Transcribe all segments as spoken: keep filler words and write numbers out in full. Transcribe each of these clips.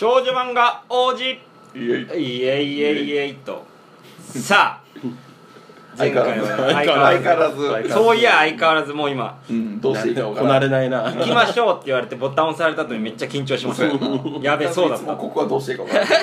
少女漫画王子イイエイエイイエイイエイとさあ前相回は変わらず相相変わらずそういや相変わらずもう今うんどうしていいか分かこらないなれないな。 行きましょうって言われてボタン押された後にめっちゃ緊張しましたそうやなやべそうだっいつもたここはどうしていいか分からない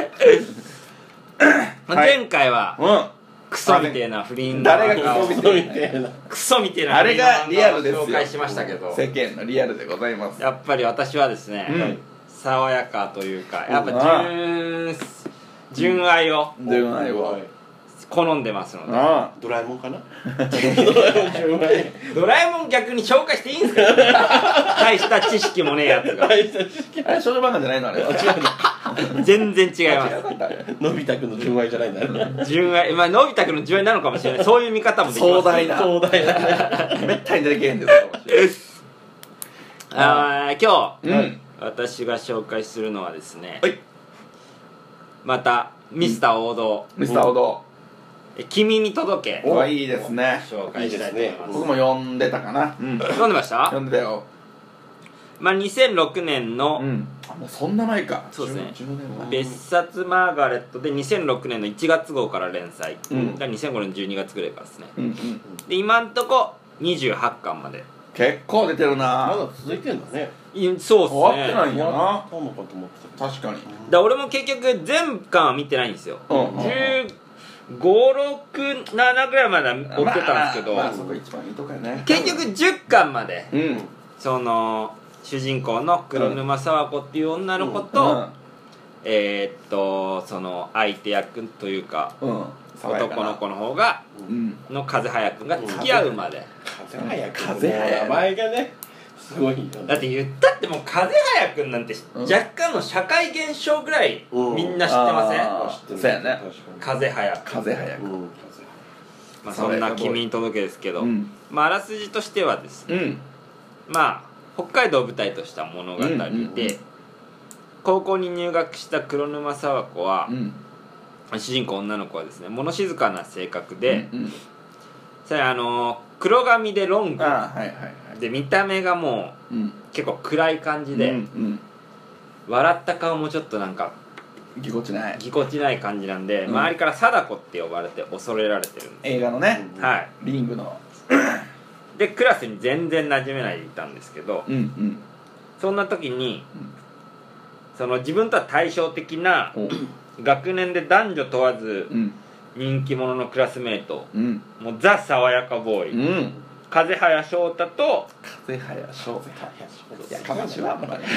まあはい前回はうんクソみてえな不倫の誰がクソみてえなみたいな。 クソみてえなあれがリアルですよ紹介しましたけど世間のリアルでございますやっぱり私はですね、 うん爽やかというかやっぱああ純純愛を純愛を好んでますのであドラえもんかな。ドラえもん純愛。 ドラえもん逆に紹介していいんすか大した知識もねえやつが大した知識。 あれ少女漫画じゃないのあれ違う全然違いま違うかったあれの。のび太くんの純愛じゃないんだね。 す純愛まあのび太くんの純愛なのかもしれないそういう見方もできます壮大な壮大だね。 めったに出てけへんですかもしれないあー今日、 うん私が紹介するのはですね、 はいまたミスター王道、 ミスターオドえ君に届けおいいですね紹介したいと思います僕も読んでたかなうん読んでました読んでたよまあにせんろくねんのうんあもうそんな前かそうですねじゅうねん前別冊マーガレットでにせんろくねんのいちがつ号から連載、 うんがにせんごねんのじゅうにがつぐらいからですねうんうんで今んとこにじゅうはちかんまで結構出てるまなだ続いてんだね。 いそうっすね終わってないんやな終わったのかと思ってたけ確かにだ俺も結局全巻は見てないんですよ、 うんうんうんじゅうご、ろく、ななぐらいまでは追ってたんですけど、 まあまあそこ一番いいとこやね結局じゅっかんまでうんその主人公の黒沼佐和子っていう女の子と、 うんえー、っとその相手役というかうん男の子の方がうんの風早くんが付き合うまで、 ど。風早くん。 風早く名前がね。すごいよね。 だって言ったってもう風早くんなんてうん若干の社会現象ぐらいうんみんな知ってません、 あー知ってるそうやね確かに。 風早くん、 風早くうん。風まあ、そんな君に届けですけど、 うんまあ、あらすじとしてはですね、 うんまあ北海道を舞台とした物語で、 うんうんうん高校に入学した黒沼佐和子はう、ん主人公女の子はですね物静かな性格で、 うんそれあの黒髪でロングああはいはいはいで見た目がもうんう結構暗い感じで、 うん笑った顔もちょっとなんかうんぎこちないぎこちない感じなんで、 うん周りから貞子って呼ばれて恐れられてるんで映画のねす、はいリングのでクラスに全然馴染めないでいたんですけど、 うんうんそんな時に、 うんその自分とは対照的なお学年で男女問わずうん人気者のクラスメート、 うんもうザ・爽やかボーイ、 うん風早翔太と風早翔太いやかましはあんまり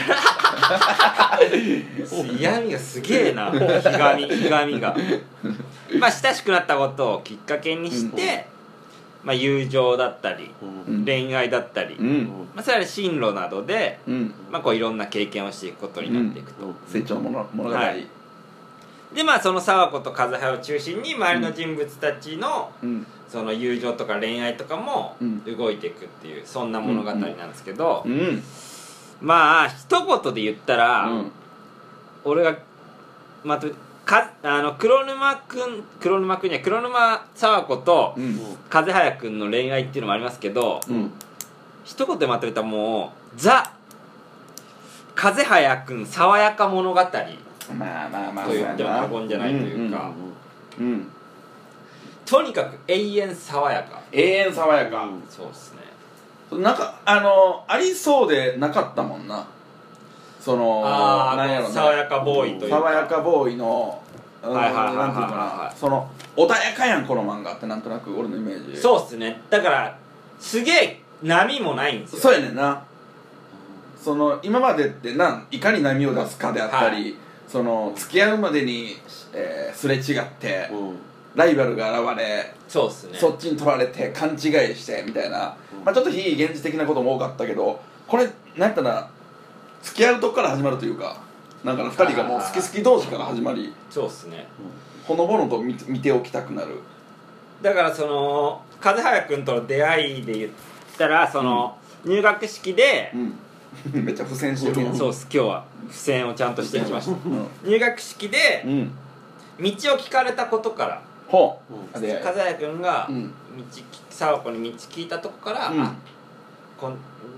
嫌味がすげえなひがみひがみがまあ親しくなったことをきっかけにして、まあ、友情だったりうん。 うん恋愛だったり、 うんまあ、それは進路などで、 うんまあ、こういろんな経験をしていくことになっていくと、 成長物物語はいでまあその沢子と風早を中心に周りの人物たちの、 うんその友情とか恋愛とかもうん動いていくっていうそんな物語なんですけど、 うんまあ一言で言ったら、 うん俺がまとめかあの黒沼くん黒沼くんには黒沼佐和子とうん風早くんの恋愛っていうのもありますけど、 うん一言でまとめたらもうザ風早くん爽やか物語とまあまあまあ言っても過言じゃないというか、 うんうんとにかく永遠爽やか。 永遠爽やかそうですね。 なんかあのありそうでなかったもんなそのあなんやろねあ爽やかボーイというか爽やかボーイのうんはいはいはいはいはいなんていうかなその穏やかやんこの漫画ってなんとなく俺のイメージそうっすね。だからすげえ波もないんですよ。 そうやねんなその今までってないかに波を出すかであったり、 はいその付き合うまでに、えーすれ違って、 うん。 ライバルが現れ、 そうっすね。 そっちに取られて勘違いしてみたいな、 うんまあ、ちょっと非現実的なことも多かったけどこれなんやったら付き合うとこから始まるというかなんかふたりがもう好き好き同士から始まりそうっすね。 ほのぼのと見て見ておきたくなるだからその風早くんとの出会いで言ったらその、入学式で、 うんめっちゃ付箋してるやんそうっす今日は付箋をちゃんとしてきました。 うん入学式でうん道を聞かれたことから、 ほう、 うんあで風早くんがうん道沢子に道聞いたとこから、 うんあこん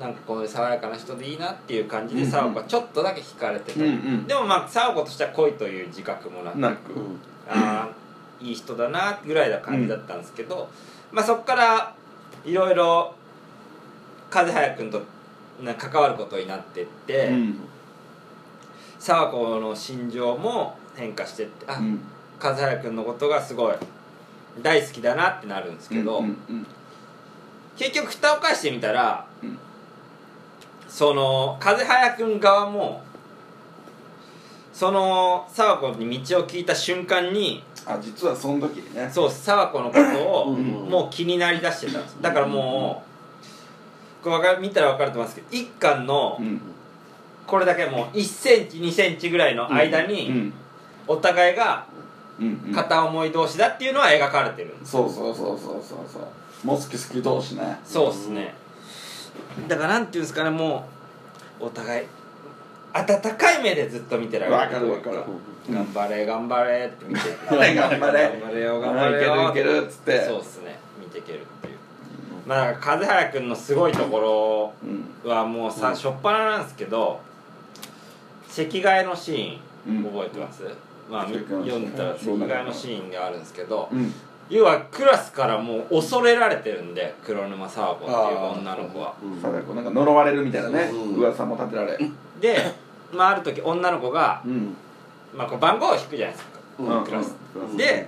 なんかこういう爽やかな人でいいなっていう感じでうんうん佐和子はちょっとだけ惹かれてた、 うんうんでもまあ佐和子としては恋という自覚もなくなくあーいい人だなぐらいな感じだったんですけど、まあ、そこからいろいろ風早君とな関わることになってってうん佐和子の心情も変化してってあ、 うん風早君のことがすごい大好きだなってなるんですけど、 うんうん結局蓋を返してみたら、 うん、 その風早君側もその佐和子に道を聞いた瞬間にあ実はその時にねそう佐和子のことをうんもう気になりだしてたんですだからもうこれわか見たら分かると思いますけどいっかんのうんこれだけもういっセンチにセンチぐらいの間うんにお互いがうんうん片思い同士だっていうのは描かれてるんですそうそうそうそうそうそうもう好き好き同士ねそうっすねだからなんていうんですかねもうお互い温かい目でずっと見てられるわかるわかる頑張れ頑張れって見てる頑張れ頑張れよ頑張れよいけるいけるっつってそうっすね見ていけるっていうまあだから風早君のすごいところはもうさうん初っ端なんですけど席替えのシーンうん覚えてます、まあ席替えのシーン読んだら席替えのシーンがあるんですけど、 うん要はクラスからもう恐れられてるんで黒沼佐和子っていう女の子はうん貞子なんか呪われるみたいなねうん噂も立てられで、まあ、ある時女の子が、 うんまあ、こう番号を引くじゃないですかうんクラスうんで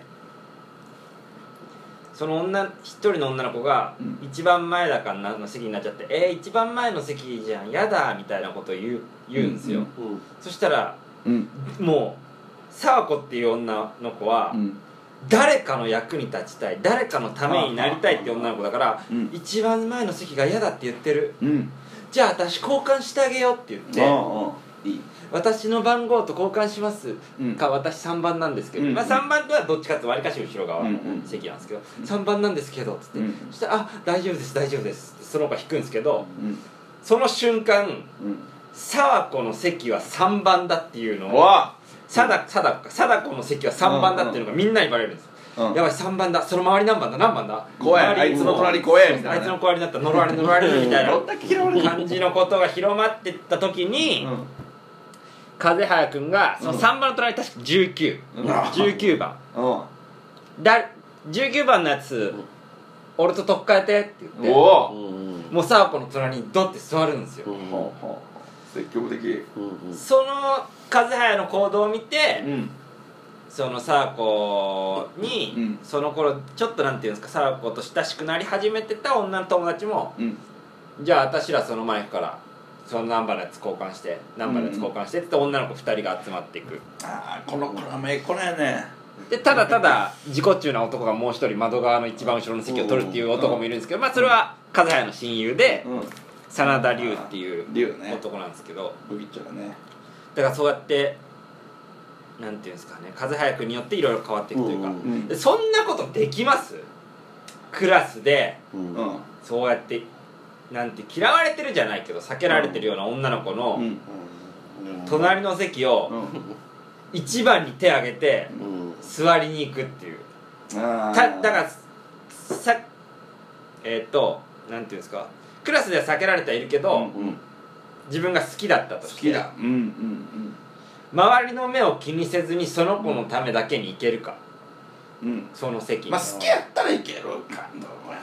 その女一人の女の子がうん一番前だかの席になっちゃって「えー、一番前の席じゃんやだ」みたいなことを言う言うんですよ、 うんうんそしたらうんもう佐和子っていう女の子は、 うん誰かの役に立ちたい誰かのためになりたいっていう女の子だから、 うん一番前の席が嫌だって言ってるうんじゃあ私交換してあげようって言ってああいい私の番号と交換しますうんか私さんばんなんですけど、 うんまあ、さんばんとはどっちかってわりかし後ろ側のうんうん席なんですけど、さんばんなんですけどっつって、 うんそしたら「あ大丈夫です大丈夫です」ってその子が引くんですけどうんその瞬間うん佐和子の席はさんばんだっていうのをわ貞子貞子の席はさんばんだっていうのがみんなにバレるんですよ、 うんやばいさんばんだその周り何番だ何番だ怖い周りあいつの隣怖えみたいなねあいつの隣だったら呪われる呪われるみたいなどんだけ嫌われる感じのことが広まってった時に、 うん風早くんがそのさんばんの隣確かじゅうきゅう、 うんじゅうきゅうばんうんだじゅうきゅうばんのやつ、俺と取っ替えてって言っておおうんもう佐和子の隣にドって座るんですよ、 うんほうほう積極的うんその風早の行動を見て、 うんその佐和子に、 うんその頃ちょっとなんていうんですか佐和子と親しくなり始めてた女の友達もうんじゃあ私らその前からそのナンバーのやつ交換してナンバーのやつ交換してって言って女の子ふたりが集まっていくああこの子らめこれやねでただただ自己中な男がもう一人窓側の一番後ろの席を取るっていう男もいるんですけど、まあそれは風早の親友でうん真田龍っていう龍ね男なんですけどブギッチョがねだからそうやってなんていうんですかね風早くんによっていろいろ変わっていくというか、 うんうんでそんなことできますクラスでうんうんそうやってなんて嫌われてるじゃないけど避けられてるような女の子のうん隣の席をうん一番に手挙げてうん座りに行くっていうあーただからさえーっとなんていうんですかクラスでは避けられてはいるけど、 うんうん自分が好きだったと好してきだうんうん周りの目を気にせずにその子のためだけに行けるかうんうんその席にまあ好きやったらいけるかどうやろ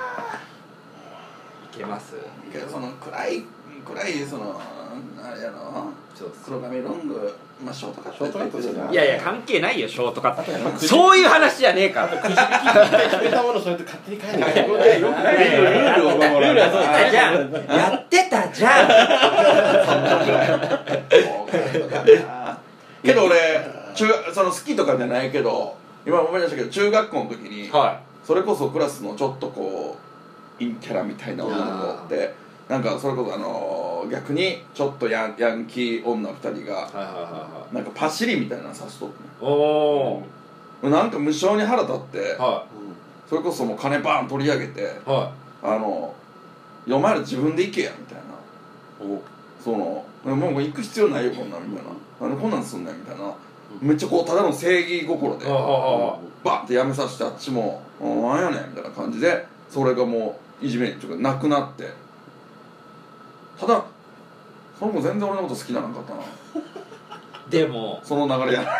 行けますなけどその暗い暗いそのあれやろそうっす黒髪ロングまあショートカットショートカットじゃないいやいや関係ないよショートカットあとやっぱそういう話じゃねえからくじ引きで決めたものそうやって勝手に変えないこれよくないルールを守らないルールはそうやってたじゃんやってたじゃんけど俺中学その好きとかじゃないけど今思い出したけど中学校の時にはそれこそクラスのちょっとこう陰キャラみたいな女の子ってなんかそれこそあのー逆にちょっとヤンヤンキー女ふたりがいはいはいはなんかパシリみたいなのさしとってねいおおなんか無性に腹立ってはそれこそもう金バーン取り上げていはあの「いやお前ら自分で行けや」みたいなおそのもう行く必要ないよこんなんみたいななんでこんなんすんねんみたいなめっちゃこうただの正義心でいははバンってやめさせてあっちも「なんやねん」みたいな感じでそれがもういじめっていうかなくなってただその子全然俺のこと好きならなかったな。 でもその流れや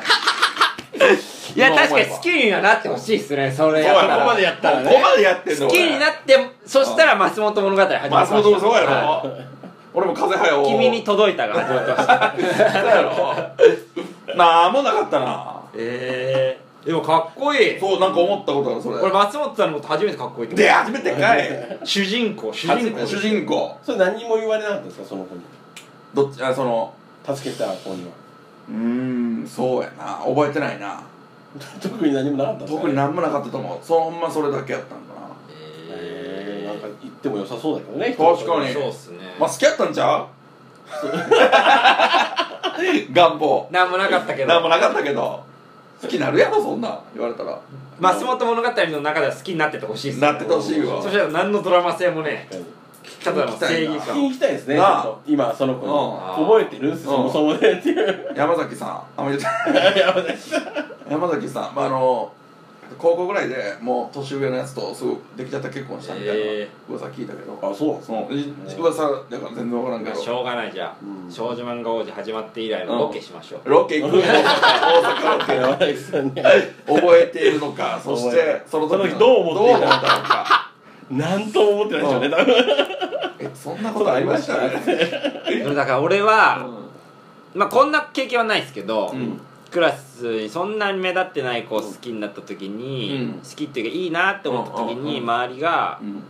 いや確かに好きにはなってほしいっすね、それやったら。 ここまでやったらねここまでやってんの好きになって、そしたら松本物語始まりました。 松本もそうやろ、 は俺も風早をい君に届いたが始まってましたそうやろなんもなかったな。 えー、でもかっこいい。 そうなんか思ったことあるそれ。 俺松本さんのこと初めてかっこいいってで初めてかい主人公主人公主人公それ何も言われなかったんですか、その子に。 どっちあその助けた子には。 うーんそうやな覚えてないな。 特に何もなかったんですか。 特に何もなかったと思う。そほんまそれだけやったんだな。 えー、なんか言っても良さそうだけどね。 確かにそうっすね。 まあ好きやったんちゃう願望なんもなかったけどなんもなかったけど好きになるやろそんなん言われたら。 松本物語の中では好きになっててほしいっすね。 なっててほしいわ。 そしたら何のドラマ性もね、ただの正義聞き感。 に行きたいですね。ちょなあっと今その子にうん覚えてるんですうんそもそもねっていう。 山崎さんあんま言ってやばい山崎さん、まあ、あの高校ぐらいでもう年上のやつとすぐできちゃった結婚したみたいなえ噂聞いたけど、 あ、そうなんですか。 そうい噂だから全然分からんけどまあしょうがないじゃあ、 うん少女漫画王子始まって以来のロケしましょう。 ロケ行く大阪ロケやばいですよね。 覚えているのかそしてその時その時どう思っていたどう思ったのかなんとも思ってないでしょうね、多分。 えそんなことありましたねでもだから俺は、まあこんな経験はないですけど、 うんクラスにそんなに目立ってない子を好きになった時に、 うん好きっていうかいいなって思った時にうんうん周りがうん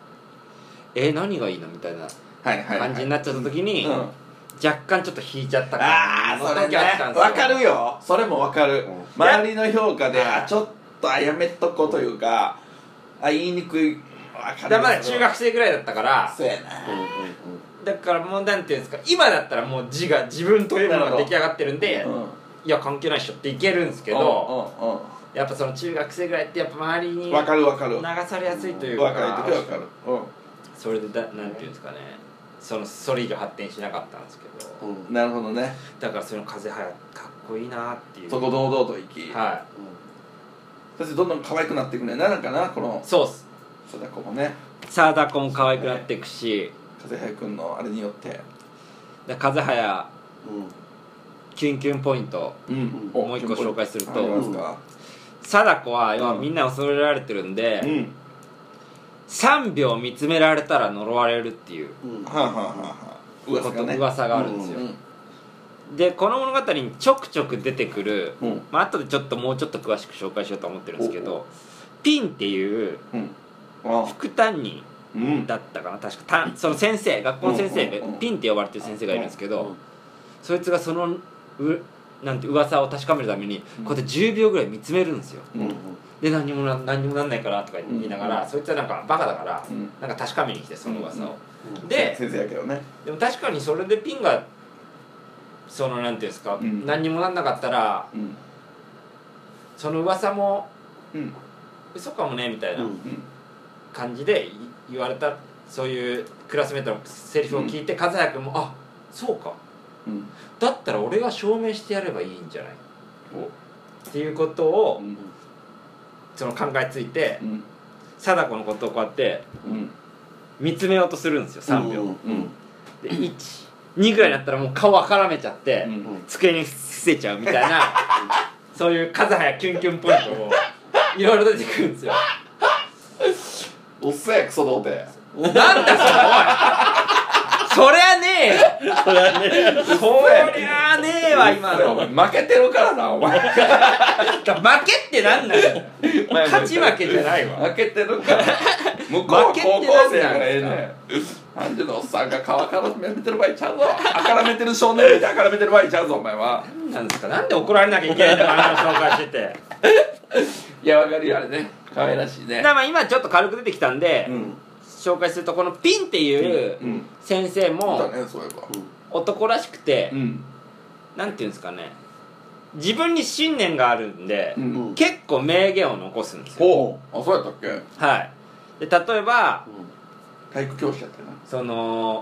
「え何がいいの?」みたいなはいはいはい感じになっちゃった時に、 うん若干ちょっと引いちゃったああそれね時あったんですよ。 分かるよそれも分かる、 ん周りの評価でいやあちょっとあやめとこうというかあ言いにくい分かるだからまだ中学生ぐらいだったから、 そうやなだからもうなんていうんですか、今だったらもう自我自分というものが出来上がってるんで、 うんいや関係ないっしょっていけるんですけど、 うんうんうんやっぱその中学生ぐらいってやっぱ周りに流分かる分かるされやすいというか、 若い時は分かるそれでだなんていうんですかね、そのそれ以上発展しなかったんですけど、 うんうんなるほどねだからその風早かっこいいなっていう。 そこ堂々と行きはそしてどんどん可愛くなっていくねなんかなこのい、そうっす。 貞子もね貞子も可愛くなっていくし、 風早くんのあれによってで風早うんキュンキュンポイント、 うんもう一個紹介するとありますか貞子は今うんみんな恐れられてるんで、 うんさんびょう見つめられたら呪われるっていううんはあはあはあはあ噂がね噂があるんですよ、 うんでこの物語にちょくちょく出てくる、 うんまあ後でちょっともうちょっと詳しく紹介しようと思ってるんですけおど、ピンっていううんあ副担任うんだったかな、確かたその先生学校の先生がうんうんうんピンって呼ばれてる先生がいるんですけど、 うんそいつがそのうなんて噂を確かめるためにこうやってじゅうびょうぐらい見つめるんですよ。 うんで何にもな何にもなんないからとか言いながら、 うんそいつはなんかバカだから、 うんなんか確かめに来てその噂を、 うんで先生やけどねでも確かにそれでピンがそのなんていうんですか、 うん何にもなんなかったらうんその噂もうん嘘かもねみたいなうん感じでい言われた、そういうクラスメートのセリフを聞いて、和也君もあそうかうんだったら俺が証明してやればいいんじゃないおっていうことを、 うんその考えついてうん貞子のことをこうやってうん見つめようとするんですよさんびょう、 うんうんでいちにぐらいになったらもう顔あからめちゃって、 うん机に伏せちゃうみたいなそういう風早キュンキュンポイントをいろいろ出てくるんですよ。 おっせえクソ童貞なんだそれおいそりゃねえよそれはねそりゃねえわ今のお前負けてるからなお前負けってなんなんだよ勝ち負けじゃないわ。 負けてるから向こうは負けって高校生やからええ何なんねん何時のおっさんが顔あからめてる場合ちゃうぞあからめてる少年見てあからめてる場合ちゃうぞお前はなんですか、なんで怒られなきゃいけないんだあの紹介してて。 いやわかるよあれね可愛らしいねだからまあ今ちょっと軽く出てきたんで、 うん紹介するとこのピンっていううん先生もだねそういえば男らしくて、 うんなんていうんですかね、自分に信念があるんで、 うん結構名言を残すんですよ。 ほうあそうやったっけはい。で例えば体育教師やったよなその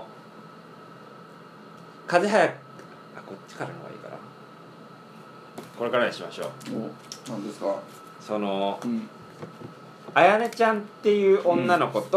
風早くあこっちからの方がいいかな。これからにしましょう。 お何ですかそのうんあやねちゃんっていう女の子と、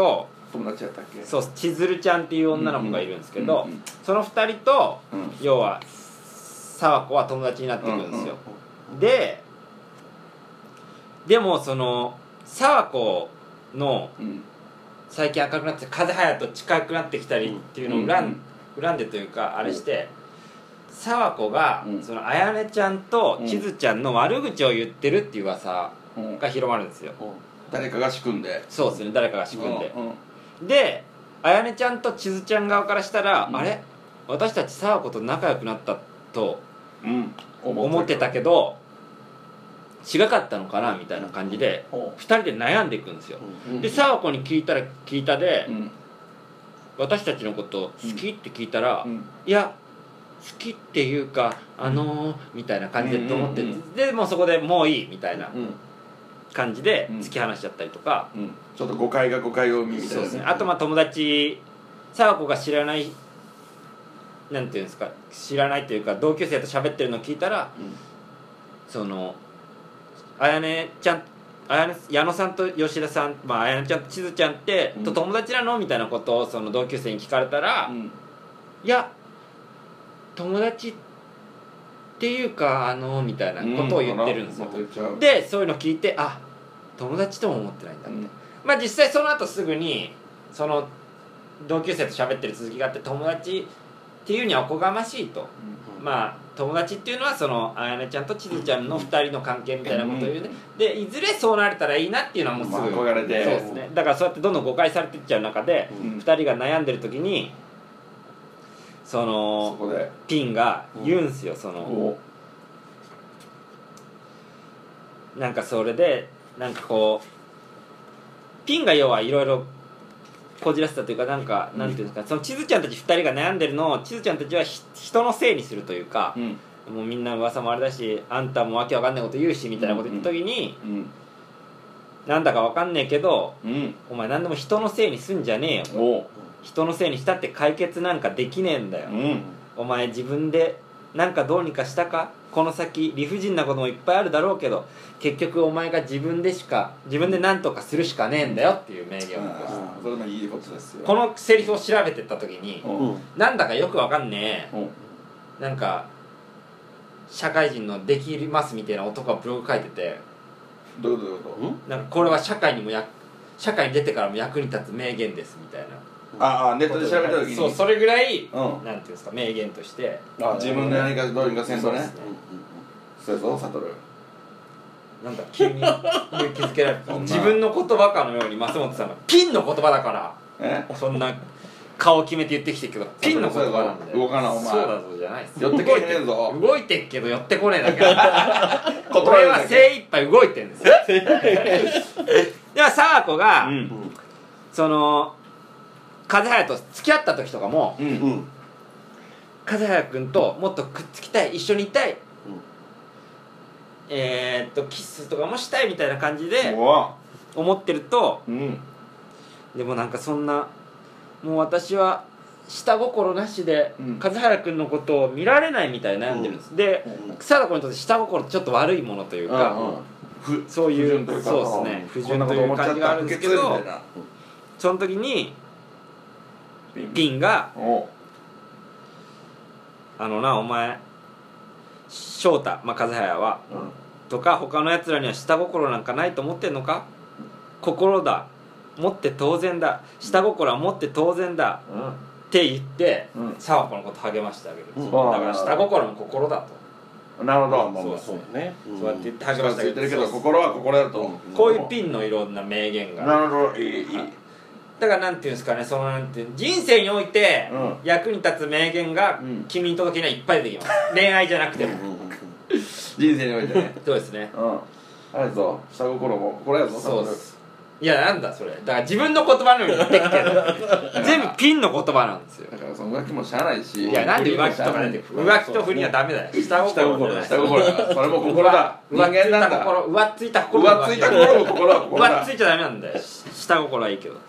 友達やったっけ？ そう千鶴ちゃんっていう女の子がいるんですけど、 うんうんそのふたりと、 うん要は沢子は友達になっていくんですよ、ででもその沢子のうん最近明るくなって風早と近くなってきたりっていうのを恨ん,、恨んでというかあれして沢子が、 うんその綾音ちゃんと千鶴ちゃんの悪口を言ってるっていう噂うんが広まるんですよ。 誰かが仕組んでそうですね、誰かが仕組んで、 うんうんで綾音ちゃんと千鶴ちゃん側からしたら、 うんあれ私たち沢子と仲良くなったとうん思ってたけど違かったのかなみたいな感じでほふたりで悩んでいくんですよ。 うんで沢子に聞いたら聞いたで、 ううん私たちのこと好きって聞いたら、 うんいや好きっていうかあのー、みたいな感じでと思って、 うんうんうんでもうそこでもういいみたいなうん感じでうん突き放しちゃったりとか、 うんちょっと誤解が誤解を生みみたいなそうですね、あとまあ友達沢子が知らないなんていうんですか知らないというか同級生と喋ってるのを聞いたらその綾音ちゃん綾音矢野さんと吉田さん、まあ、綾音ちゃんと千鶴ちゃんって、 うんと友達なのみたいなことをその同級生に聞かれたら、 うんいや友達っていうかあのみたいなことを言ってるんですよ、 うん言っちゃうでそういうの聞いてあ友達とも思ってないんだって、 うんまあ実際その後すぐにその同級生と喋ってる続きがあって友達っていうにはおこがましいと、まあ友達っていうのはその綾音ちゃんと千鶴ちゃんのふたりの関係みたいなことを言うね、でいずれそうなれたらいいなっていうのはもうすぐ、 まあ憧れてそうですね、だからそうやってどんどん誤解されていっちゃう中で、 うんふたりが悩んでる時にそそのこでピンが言うんすよ、そのおなんかそれでなんかこうピンが要はいろいろこじらせたというかなんか、なんていうんですかその千鶴ちゃんたちふたりが悩んでるのを千鶴ちゃんたちはひ人のせいにするというか、 うんもうみんな噂もあれだしあんたもわけわかんないこと言うしみたいなこと言った時に、 うんなんだかわかんねえけどうんお前何でも人のせいにすんじゃねえよ、 お人のせいにしたって解決なんかできねえんだよ、 うんお前自分でなんかどうにかしたかこの先理不尽なこともいっぱいあるだろうけど結局お前が自分でしか自分で何とかするしかねえんだよっていう名言を残して、 あーそれもいいことですよこのセリフを調べてった時にうんなんだかよくわかんねうんえなんか社会人のできますみたいな男がブログ書いててどういうことどういうこなんかこれは社会にもや社会に出てからも役に立つ名言ですみたいなとああネットで調べた時にそうそれぐらい、 うんなんていうんですか名言としてあ自分で何かどうにかせんとねそうですねそうやぞ悟なんだ急に勇気づけられそんな自分の言葉かのように松本さんがピンの言葉だからえそんな顔決めて言ってきてるけどピンの言葉なんで動かなお前そうだぞじゃないっす寄ってけえへんぞ動いてっけど寄ってこねえだけだ断俺はるだけ精一杯動いてんですよでは沢子が、 うんその風早と付き合った時とかもうんうん風早君ともっとくっつきたい一緒にいたい、えー、っとキスとかもしたいみたいな感じでうわ思ってるとうんでもなんかそんなもう私は下心なしで、 うん風原君のことを見られないみたいな悩んでるんです、でうん草田子にとって下心ってちょっと悪いものというか、 うんふそういう不純というかそうですね不純という感じがあるんですけどこんなこと思っちゃった不潔みたいなその時にピンピンがおう 「あのなお前翔太、まあ、風早はうんとか他のやつらには下心なんかないと思ってんのか心だ持って当然だ下心は持って当然だ」って言ってうん沢子のこと励ましてあげるんですよ、 うんだから下心も心だと、 なるほどまあまあそそうだねそうやって言って励励ましましててあげるあげてるけど心は心だとこういうピンのいろんな名言がなるほどいいいいだからなんていうんですかねそのなんていう人生においてうん役に立つ名言がうん君に届けにはいっぱい出てきます恋愛じゃなくても人生においてねそうですねうんあれやぞ下心も心やぞそうですいやなんだそれだから自分の言葉のように言ってきてる全部ピンの言葉なんですよだからその浮気もしゃあないしいやなんで浮気とか出てくる浮気と不倫はダメだよ下下心だ心じゃない下心だそれも心だ人浮つい間なんだた心浮ついた心浮ついた心も心は心だ浮ついちゃダメなんだよ下心はいいけど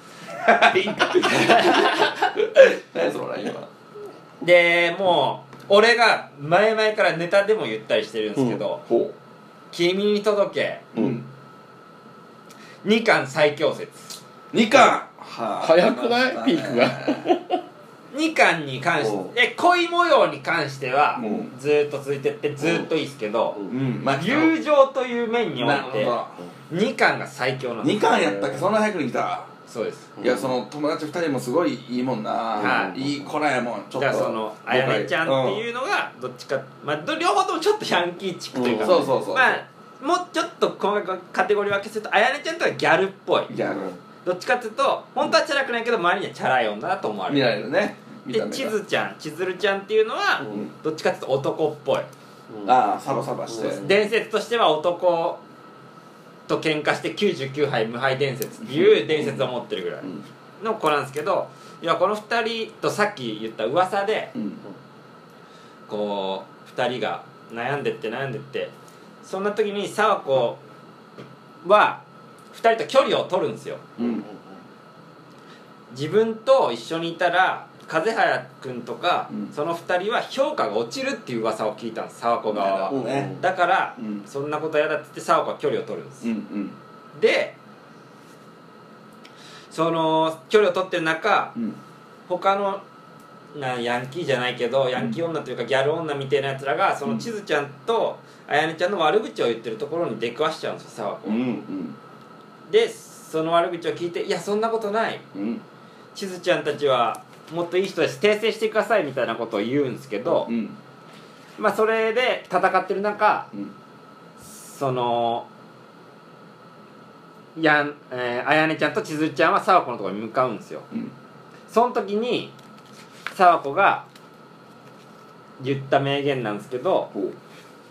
何そのラインはでもう俺が前々からネタでも言ったりしてるんですけどほ 「君に届けううんにかん最強説」 にかんは早くないピークがにかんに関しうんてえ恋模様に関してはうんずーっと続いてってずーっといいですけど、 うんうんまあ友情という面においなるほてどにかんが最強なんです。 にかんやったっけそんな早くに来たそうです。 いやその友達ふたりもすごいいいもんな、 はいいい子らやもんちょっとじゃあそのあやねちゃんっていうのがどっちか、まあど両方ともちょっとヤンキーチックというか、 うんそうそうそうまあもうちょっと細かくカテゴリー分けするとあやねちゃんとはギャルっぽい、 ギャルどっちかっていうと本当はチャラくないけど周りにはチャラい女だと思われ見る。 られるね見たで目がちずちゃんちずるちゃんっていうのは、 うんどっちかっていうと男っぽい、 ああサバサバして、 うん伝説としては男と喧嘩してきゅうじゅうきゅうはい無敗伝説っていう伝説を持ってるぐらいうんの子なんですけど、いやこのふたりとさっき言った噂でうんこうふたりが悩んでって悩んでってそんな時に佐和子はふたりと距離を取るんですよ。 うん自分と一緒にいたら風早君とか、 うんそのふたりは評価が落ちるっていう噂を聞いたんです佐和子側は、 うんねだから、 うんそんなこと嫌だって言って佐和子は距離を取るんです、 うんうんでその距離を取ってる中うん他のなヤンキーじゃないけどヤンキー女というかギャル女みたいなやつらがそのちずちゃんとあやねちゃんの悪口を言ってるところに出くわしちゃうんですよ佐和子は、 うんうんでその悪口を聞いて「いやそんなことないうんちずちゃんたちはもっといい人です訂正してください」みたいなことを言うんですけど、 うんまあそれで戦ってる中うんそのやん、えー、あやねちゃんとちずちゃんは佐和子のところに向かうんですよ。 うんその時に佐和子が言った名言なんですけど、 ほう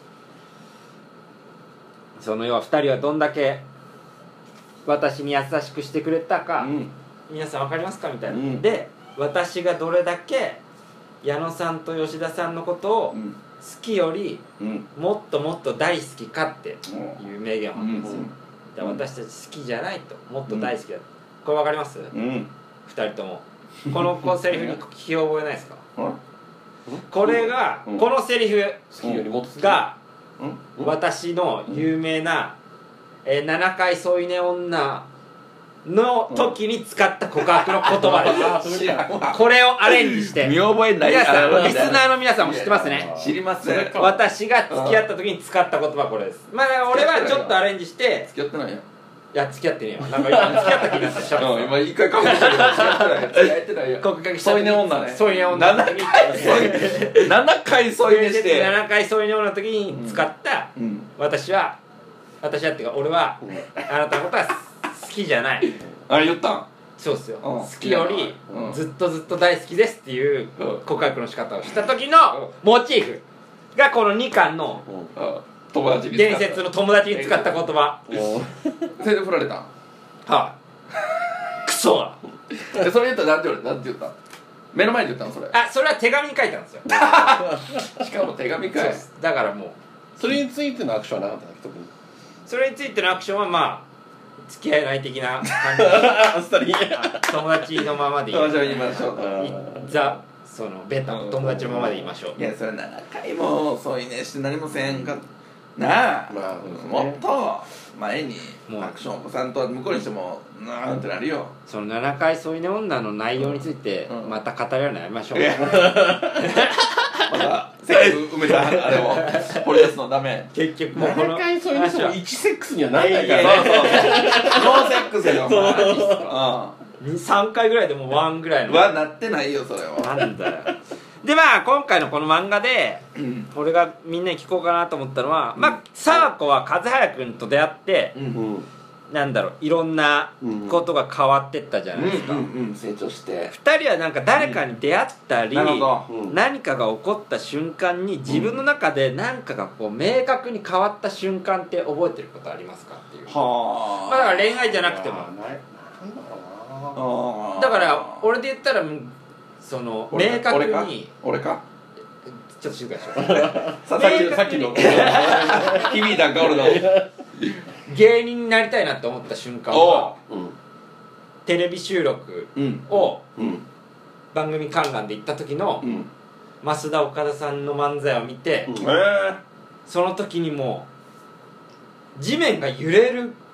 その要はふたりはどんだけ私に優しくしてくれたか、 うん皆さん分かりますかみたいな、 うんで私がどれだけ矢野さんと吉田さんのことを好うんきよりうんもっともっと大好きかってもいう名言をうん吐くんですよ、でうん私たち好きじゃないともっと大好きだ、これ分かりますううんふたりともこのこうセリフに聞き覚えないですかあこれが、 うんこのセリフ好きよりもっと好きがうん私の有名な、えー、ななかい添い寝女の時に使った告白の言葉です、 知らんわこれをアレンジして見覚えない皆さんあリスナーの皆さんも知ってますね。 知りません付私が付き合った時に使った言葉はこれです。まあ俺はちょっとアレンジしてき合ってないよいや付き合ってねえよなんか今付き合った気になってしゃうん今一回確認したけど付き合ってないよ付き合ってないよ告白した添い寝女ね添い寝女の時にななかい添い寝してななかい添い寝女の時に使った、 うん私は私はっていうか俺はあなたのことは好きじゃないあれ言ったんそうっすよ、 うん好きよりうんずっとずっと大好きですっていううん告白の仕方をした時のモチーフがこのにかんのあ友達に伝説の友達に使った言葉。 それで振られたんはいクソはえそれ言ったらなんて言われたなんて言ったん目の前で言ったのそれあそれは手紙に書いたんですよしかも手紙かいそうですだからもうそれについてのアクションはなかったんだ特にそれについてのアクションはまあ付き合えない的な感じあっさり友達のままでいい友達を言いましょういザそのベタ友達のままで言いましょういやそれななかいも添い寝して何もせんかなあ、 まあそうですねもっと前にもうアクション起こさんと向こうにしてもなんってなるよそのななかい添い寝女の内容についてうんまた語り合うのやめましょう、 いやまだセックス埋めたあれを掘り出すのダメ結局もうこのななかいそういうのもいちセックスにはならないいやいやからそうそうノーセックスよお前にさんかいぐらいでもうワンぐらいのうんはなってないよそれはなんだよでまあ今回のこの漫画でうん俺がみんなに聞こうかなと思ったのは、まあ佐和子は和早君と出会ってううんんなんだろういろんなことが変わってったじゃないですか、 うんうんうん成長してふたりはなんか誰かに出会ったり、 なるほどうん何かが起こった瞬間に自分の中で何かがこう明確に変わった瞬間って覚えてることありますかっていう、 はまあ、だから恋愛じゃなくてもあーないなんだろうなあだから俺で言ったらその俺明確俺かに俺かちょっと静かにしようさっさっきさっきの響いたんか俺の芸人になりたいなって思った瞬間はうんテレビ収録うんをうん番組観覧で行った時のうん増田岡田さんの漫才を見て、 うんえその時にもう地面が揺れる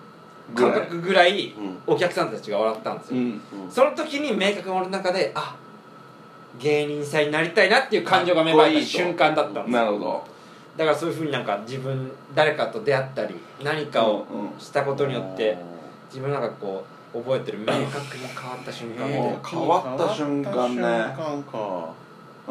感覚ぐらいうんお客さんたちが笑ったんですよ、 うんその時に明確に俺の中であ芸人さんになりたいなっていう感情が芽生えた瞬間だったんですよ。 なるほど。 だからそういうふうになんか自分誰かと出会ったり何かをしたことによって自分なんかこう覚えてる明確に変わった瞬間で、 えー変わった瞬間ね変わった瞬間かあ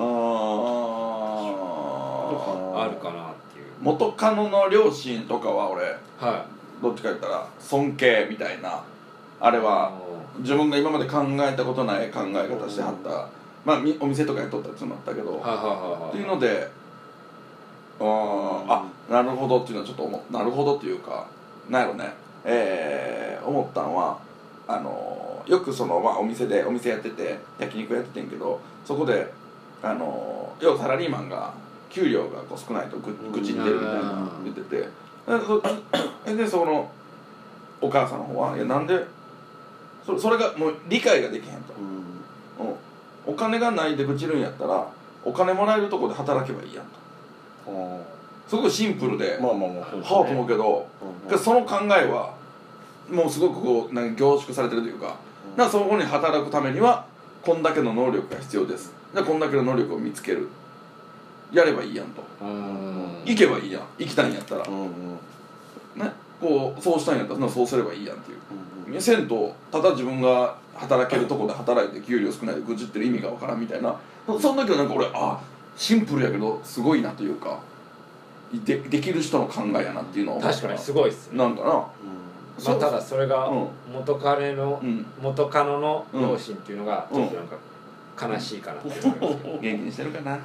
ーあるかなっていう。 元カノの両親とかは俺はどっちか言ったら尊敬みたいなあれい。 は自分が今まで考えたことない考え方してはったまあみお店とかやっとったやつもあったけどはいはいはいはい。 っていうのであーあなるほどっていうのはちょっと思なるほどっていうかなんやろねえー、思ったんはあのよくその、まあ、お店でお店やってて焼肉やっててんけどそこであの要はサラリーマンが給料がこう少ないとぐ愚痴ってるみたいな言っててでそでそのお母さんの方はいやなんでそそれがもう理解ができへんと、 うんうんお金がないで愚痴るんやったらお金もらえるとこで働けばいいやんとうんすごいシンプルで、 まあまあまあそうですねはあと思うけど、 うんけどその考えはもうすごくこうなんか凝縮されてるというか、 うんなんかそこに働くためにはこんだけの能力が必要ですでこんだけの能力を見つけるやればいいやんとうーん行けばいいやん行きたいんやったら、 うんうんねこうそうしたいんやったらそうすればいいやんっていううんせんとただ自分が働けるとこで働いて給料少ないで愚痴ってる意味がわからんみたいなその時はなんか俺あシンプルやけどすごいなというかでできる人の考えやなっていうのを思った確かにすごいっすね。 なんかなまあただそれがうん元彼のうん元カノの両親っていうのがちょっとなんか悲しいかなって思いますけど。 元気にしてるかな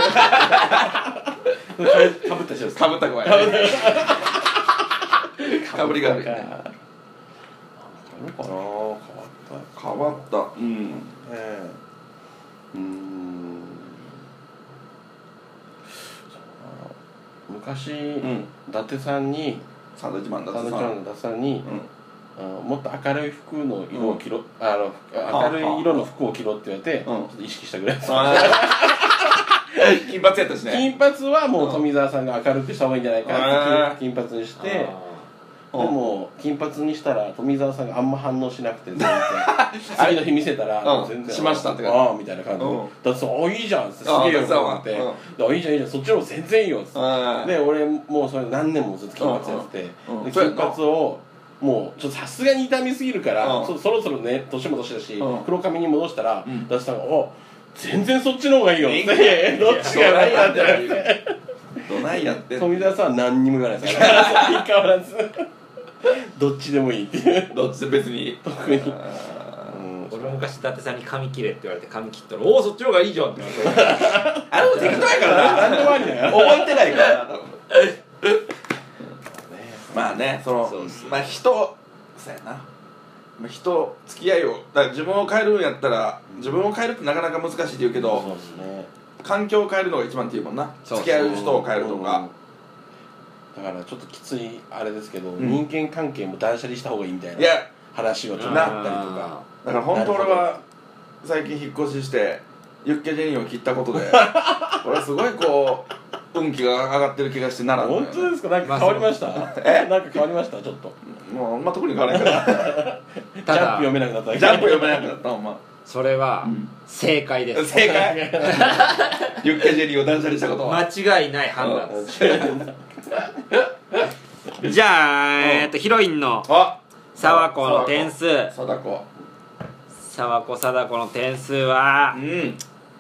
かぶった人ですかぶった子やねかぶりが悪いねあるかな変わった変わったうんええうーん昔、 ん伊達さんにサンドイッチマンだサンってさドイッチマンの伊達さんに、 うんあのもっと明るい服の色を着ろ、あのあ明るい色の服を着ろって言われて、 うんちょっと意識したぐらいです、 金髪やったしね金髪はもう富澤さんが明るくした方がいいんじゃないかって金金髪にして、であも金髪にしたら富澤さんがあんま反応しなくて全然次の日見せたら、 うん全然しましたって感じああみたいな感じで、 うんだってさ「あいいじゃん」っつって「すげえよ」って思って「あいいじゃんいいじゃんそっちの方が全然いいよ」っつってうんで俺もうそれ何年もずっと金髪やってて、 うんうんで金髪をもうちょっとさすがに痛みすぎるから、 うんそそろそろね年も年だし、 うん黒髪に戻したら、 うん伊達さんが「お全然そっちの方がいいよ」っていいねどっちがないやってなってどないやってんの富澤さんは何にも言わないですから相変わらずどっちでもいいっていうどっちで別に特に、 あうん俺も昔伊達さんに髪切れって言われて髪切ったら「おおそっちの方がいいじゃん」って言われてーあれも適当やから何でもありだよな覚えてないからな多分ねまあねそのそうそうまあ人そうやなまあ人付き合いをだから自分を変えるんやったら自分を変えるってなかなか難しいって言うけどそうですね環境を変えるのが一番っていうもんなそう付き合う人を変えるとかだからちょっときついあれですけど、 ん人間関係も断捨離した方がいいみたいないや話をちょっとあったりとかだから本当俺は最近引っ越ししてユッケジェニーを切ったことで俺すごいこう運気が上がってる気がしてならんのよね本当ですかなんか変わりました、 えなんか変わりましたちょっともうあんま特に変わらないからジャンプただ読めなくなっただけジャンプ読めなくなったほんまそれはうん正解です。 正解ユッケジェニーを断捨離したことは間違いない判断です。じゃあ、えっとヒロインのあ沢子の点数、 貞子沢子貞子の点数はうん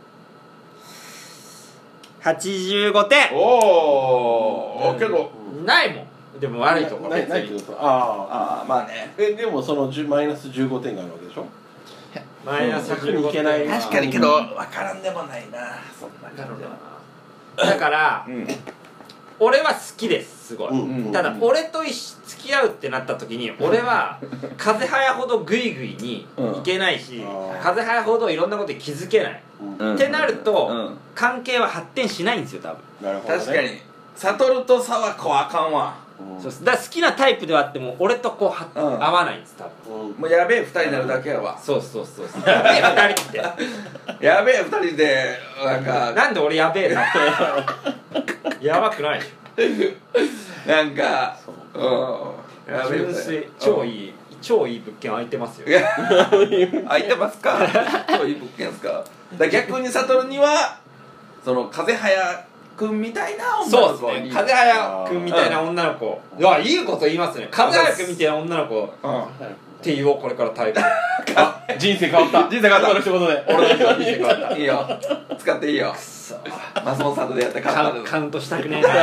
はちじゅうごてん。 おおけどないもん。でも悪いところないないってことああああまあねえでもそのじゅマイナスじゅうごてんがあるわけでしょマイナスうんひゃくにいけない確かにけど分からんでもないなそんな感じはだからうん俺は好きですすごい、 うんただ俺と一緒付き合うってなった時に俺は風早ほどグイグイにいけないし、 うん風早ほどいろんなことに気づけない、 うんってなると、 うん関係は発展しないんですよ多分、 なるほど、ね、 確かに悟と沢子はあかんわうんそうですだから好きなタイプではあっても俺とこうは、 うん合わないんです多分うんもうやべえ二人になるだけやわそうそうそうそうやべえ二人ってやべえ二人でなんかなんで俺やべえなってやばくないでしょなんかそううんやべえ純粋超いい超いい物件空いてますよ。 いや空いてますか超いい物件ですか。だから逆に悟にはその風早くんみたいな女そうですの子にね、風早くんみたいな女の子、いやいいこと言いますね。風早くんみたいな女の子っうんて言おう、これからタイプ。 人生変わった人生変わった今の一言で俺の人生変わったいいよ使っていいよ。 そう松本さんと出会ってカ勝ったウカウントしたくねえな。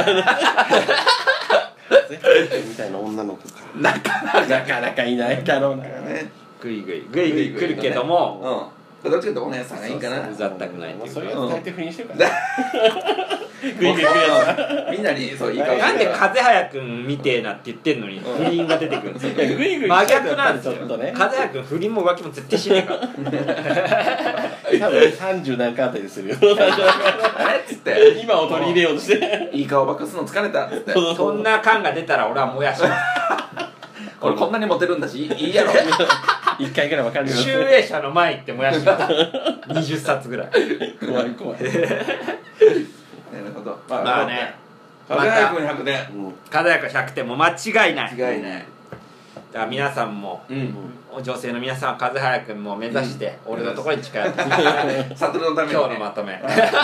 みたいな女の子かなかなかなかなかいないだろうなねグイグイグイグイ来るけども、 うんどっちかってお姉さんがいいかな。 うざったくないっていうそれか、 が大抵不倫してるからねグイグイ来るやみんなにそういい顔なんでしてる風早くんみてえなって言ってんのに不倫が出てくるんですよ。 ついやグイグイ真逆なんですよ。 ちょっとね風早くん不倫も浮気も絶対しねえから。 多分さんじゅう何回あたりでするよあれっつって今を取り入れようとしていい顔ばっかすの疲れたっつってそんな感が出たら俺は燃やします。 俺こんなにモテるんだしいいやろ一回ぐらい分かるよ集英社の前行って燃やします。にじゅっさつぐらい。 怖い怖いなるほどまあね、 風早くんひゃくてんうん風早くんひゃくてんも間違いない。 違いないだから皆さんも、 うん女性の皆さんは風早くんも目指して俺のところに近寄ってきて、 悟のためにね今日のまとめ。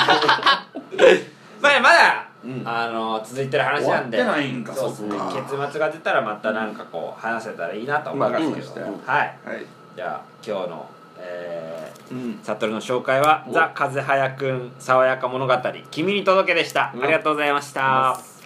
まあまだ、 うんあの続いてる話なんで、 終わってないんかそうですね、 そっか結末が出たらまたなんかこう話せたらいいなと思いますけど、 任せてはい。 はいじゃあ今日の、えーうんサトルの紹介は「 おザ・風早くん爽やか物語君に届け」でした。 うんありがとうございました。